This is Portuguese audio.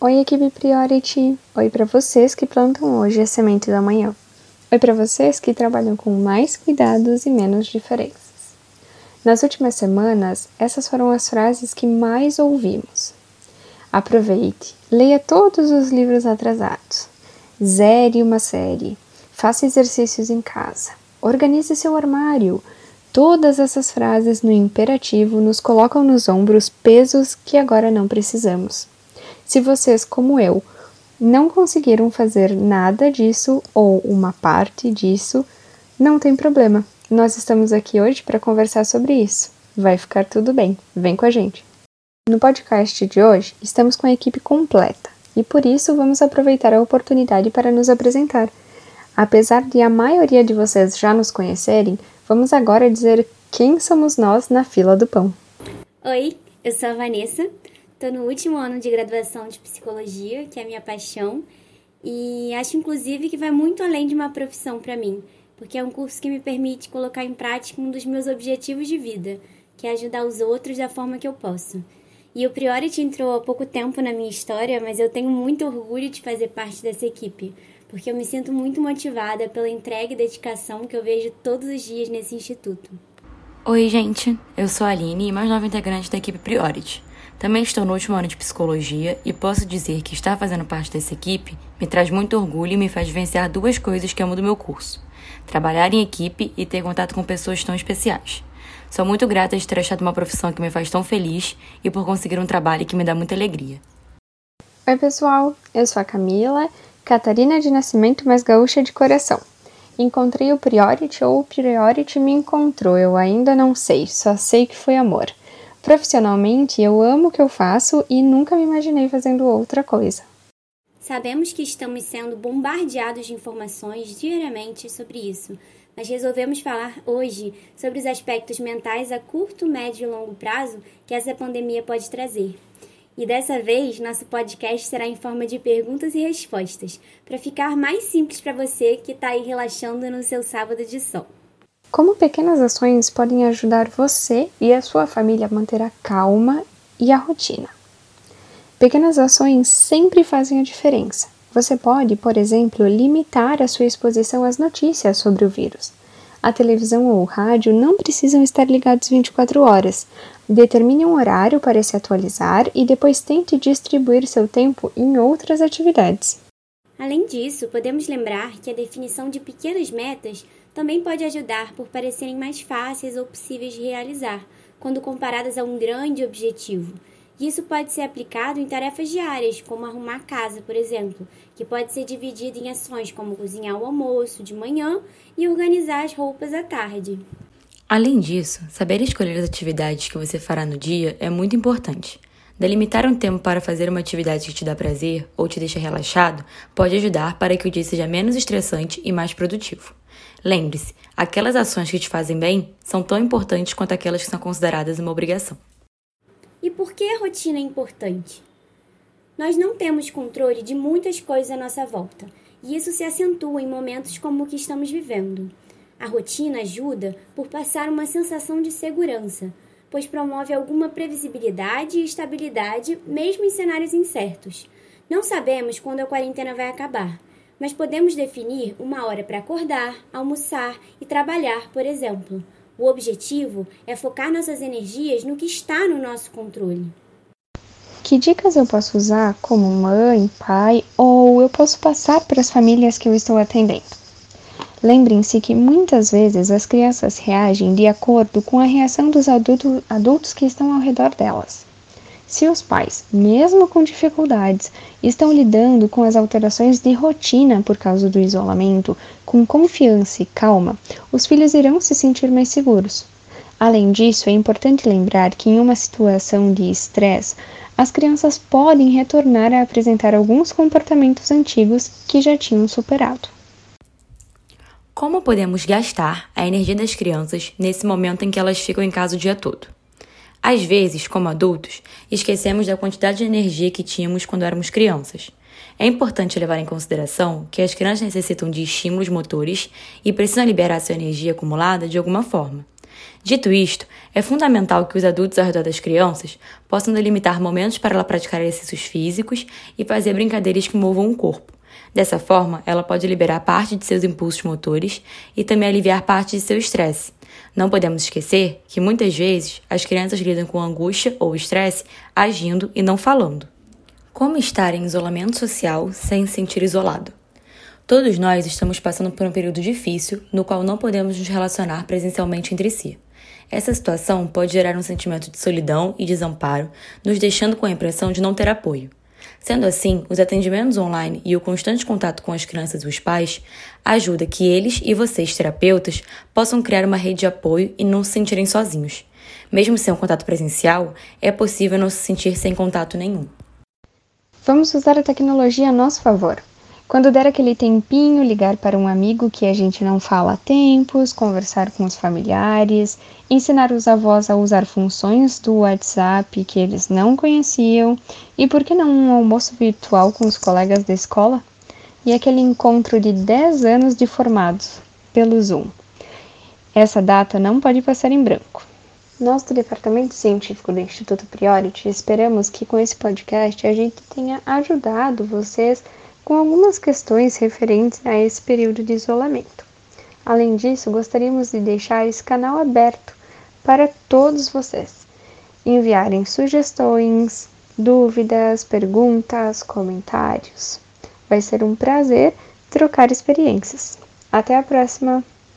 Oi, equipe Priority! Oi para vocês que plantam hoje a semente da manhã. Oi para vocês que trabalham com mais cuidados e menos diferenças. Nas últimas semanas, essas foram as frases que mais ouvimos. Aproveite, leia todos os livros atrasados. Zere uma série. Faça exercícios em casa. Organize seu armário. Todas essas frases no imperativo nos colocam nos ombros pesos que agora não precisamos. Se vocês, como eu, não conseguiram fazer nada disso ou uma parte disso, não tem problema. Nós estamos aqui hoje para conversar sobre isso. Vai ficar tudo bem. Vem com a gente. No podcast de hoje, estamos com a equipe completa e por isso vamos aproveitar a oportunidade para nos apresentar. Apesar de a maioria de vocês já nos conhecerem, vamos agora dizer quem somos nós na fila do pão. Oi, eu sou a Vanessa. Estou no último ano de graduação de psicologia, que é a minha paixão, e acho inclusive que vai muito além de uma profissão para mim, porque é um curso que me permite colocar em prática um dos meus objetivos de vida, que é ajudar os outros da forma que eu posso. E o Priority entrou há pouco tempo na minha história, mas eu tenho muito orgulho de fazer parte dessa equipe, porque eu me sinto muito motivada pela entrega e dedicação que eu vejo todos os dias nesse instituto. Oi, gente, eu sou a Aline, mais nova integrante da equipe Priority. Também estou no último ano de psicologia e posso dizer que estar fazendo parte dessa equipe me traz muito orgulho e me faz vivenciar duas coisas que amo do meu curso: trabalhar em equipe e ter contato com pessoas tão especiais. Sou muito grata de ter achado uma profissão que me faz tão feliz e por conseguir um trabalho que me dá muita alegria. Oi, pessoal, eu sou a Camila, Catarina de nascimento, mas gaúcha de coração. Encontrei o Priority ou o Priority me encontrou, eu ainda não sei, só sei que foi amor. Profissionalmente, eu amo o que eu faço e nunca me imaginei fazendo outra coisa. Sabemos que estamos sendo bombardeados de informações diariamente sobre isso, mas resolvemos falar hoje sobre os aspectos mentais a curto, médio e longo prazo que essa pandemia pode trazer. E dessa vez, nosso podcast será em forma de perguntas e respostas, para ficar mais simples para você que está aí relaxando no seu sábado de sol. Como pequenas ações podem ajudar você e a sua família a manter a calma e a rotina? Pequenas ações sempre fazem a diferença. Você pode, por exemplo, limitar a sua exposição às notícias sobre o vírus. A televisão ou o rádio não precisam estar ligados 24 horas. Determine um horário para se atualizar e depois tente distribuir seu tempo em outras atividades. Além disso, podemos lembrar que a definição de pequenas metas também pode ajudar por parecerem mais fáceis ou possíveis de realizar, quando comparadas a um grande objetivo. Isso pode ser aplicado em tarefas diárias, como arrumar a casa, por exemplo, que pode ser dividido em ações como cozinhar o almoço de manhã e organizar as roupas à tarde. Além disso, saber escolher as atividades que você fará no dia é muito importante. Delimitar um tempo para fazer uma atividade que te dá prazer ou te deixa relaxado pode ajudar para que o dia seja menos estressante e mais produtivo. Lembre-se, aquelas ações que te fazem bem são tão importantes quanto aquelas que são consideradas uma obrigação. E por que a rotina é importante? Nós não temos controle de muitas coisas à nossa volta, e isso se acentua em momentos como o que estamos vivendo. A rotina ajuda por passar uma sensação de segurança, pois promove alguma previsibilidade e estabilidade mesmo em cenários incertos. Não sabemos quando a quarentena vai acabar, mas podemos definir uma hora para acordar, almoçar e trabalhar, por exemplo. O objetivo é focar nossas energias no que está no nosso controle. Que dicas eu posso usar como mãe, pai ou eu posso passar para as famílias que eu estou atendendo? Lembrem-se que muitas vezes as crianças reagem de acordo com a reação dos adultos que estão ao redor delas. Se os pais, mesmo com dificuldades, estão lidando com as alterações de rotina por causa do isolamento, com confiança e calma, os filhos irão se sentir mais seguros. Além disso, é importante lembrar que em uma situação de estresse, as crianças podem retornar a apresentar alguns comportamentos antigos que já tinham superado. Como podemos gastar a energia das crianças nesse momento em que elas ficam em casa o dia todo? Às vezes, como adultos, esquecemos da quantidade de energia que tínhamos quando éramos crianças. É importante levar em consideração que as crianças necessitam de estímulos motores e precisam liberar sua energia acumulada de alguma forma. Dito isto, é fundamental que os adultos ao redor das crianças possam delimitar momentos para ela praticar exercícios físicos e fazer brincadeiras que movam o corpo. Dessa forma, ela pode liberar parte de seus impulsos motores e também aliviar parte de seu estresse. Não podemos esquecer que, muitas vezes, as crianças lidam com angústia ou estresse agindo e não falando. Como estar em isolamento social sem se sentir isolado? Todos nós estamos passando por um período difícil no qual não podemos nos relacionar presencialmente entre si. Essa situação pode gerar um sentimento de solidão e desamparo, nos deixando com a impressão de não ter apoio. Sendo assim, os atendimentos online e o constante contato com as crianças e os pais ajuda que eles e vocês, terapeutas, possam criar uma rede de apoio e não se sentirem sozinhos. Mesmo sem um contato presencial, é possível não se sentir sem contato nenhum. Vamos usar a tecnologia a nosso favor. Quando der aquele tempinho, ligar para um amigo que a gente não fala há tempos, conversar com os familiares, ensinar os avós a usar funções do WhatsApp que eles não conheciam e por que não um almoço virtual com os colegas da escola? E aquele encontro de 10 anos de formados pelo Zoom. Essa data não pode passar em branco. Nós do Departamento Científico do Instituto Priority esperamos que com esse podcast a gente tenha ajudado vocês com algumas questões referentes a esse período de isolamento. Além disso, gostaríamos de deixar esse canal aberto para todos vocês enviarem sugestões, dúvidas, perguntas, comentários. Vai ser um prazer trocar experiências. Até a próxima!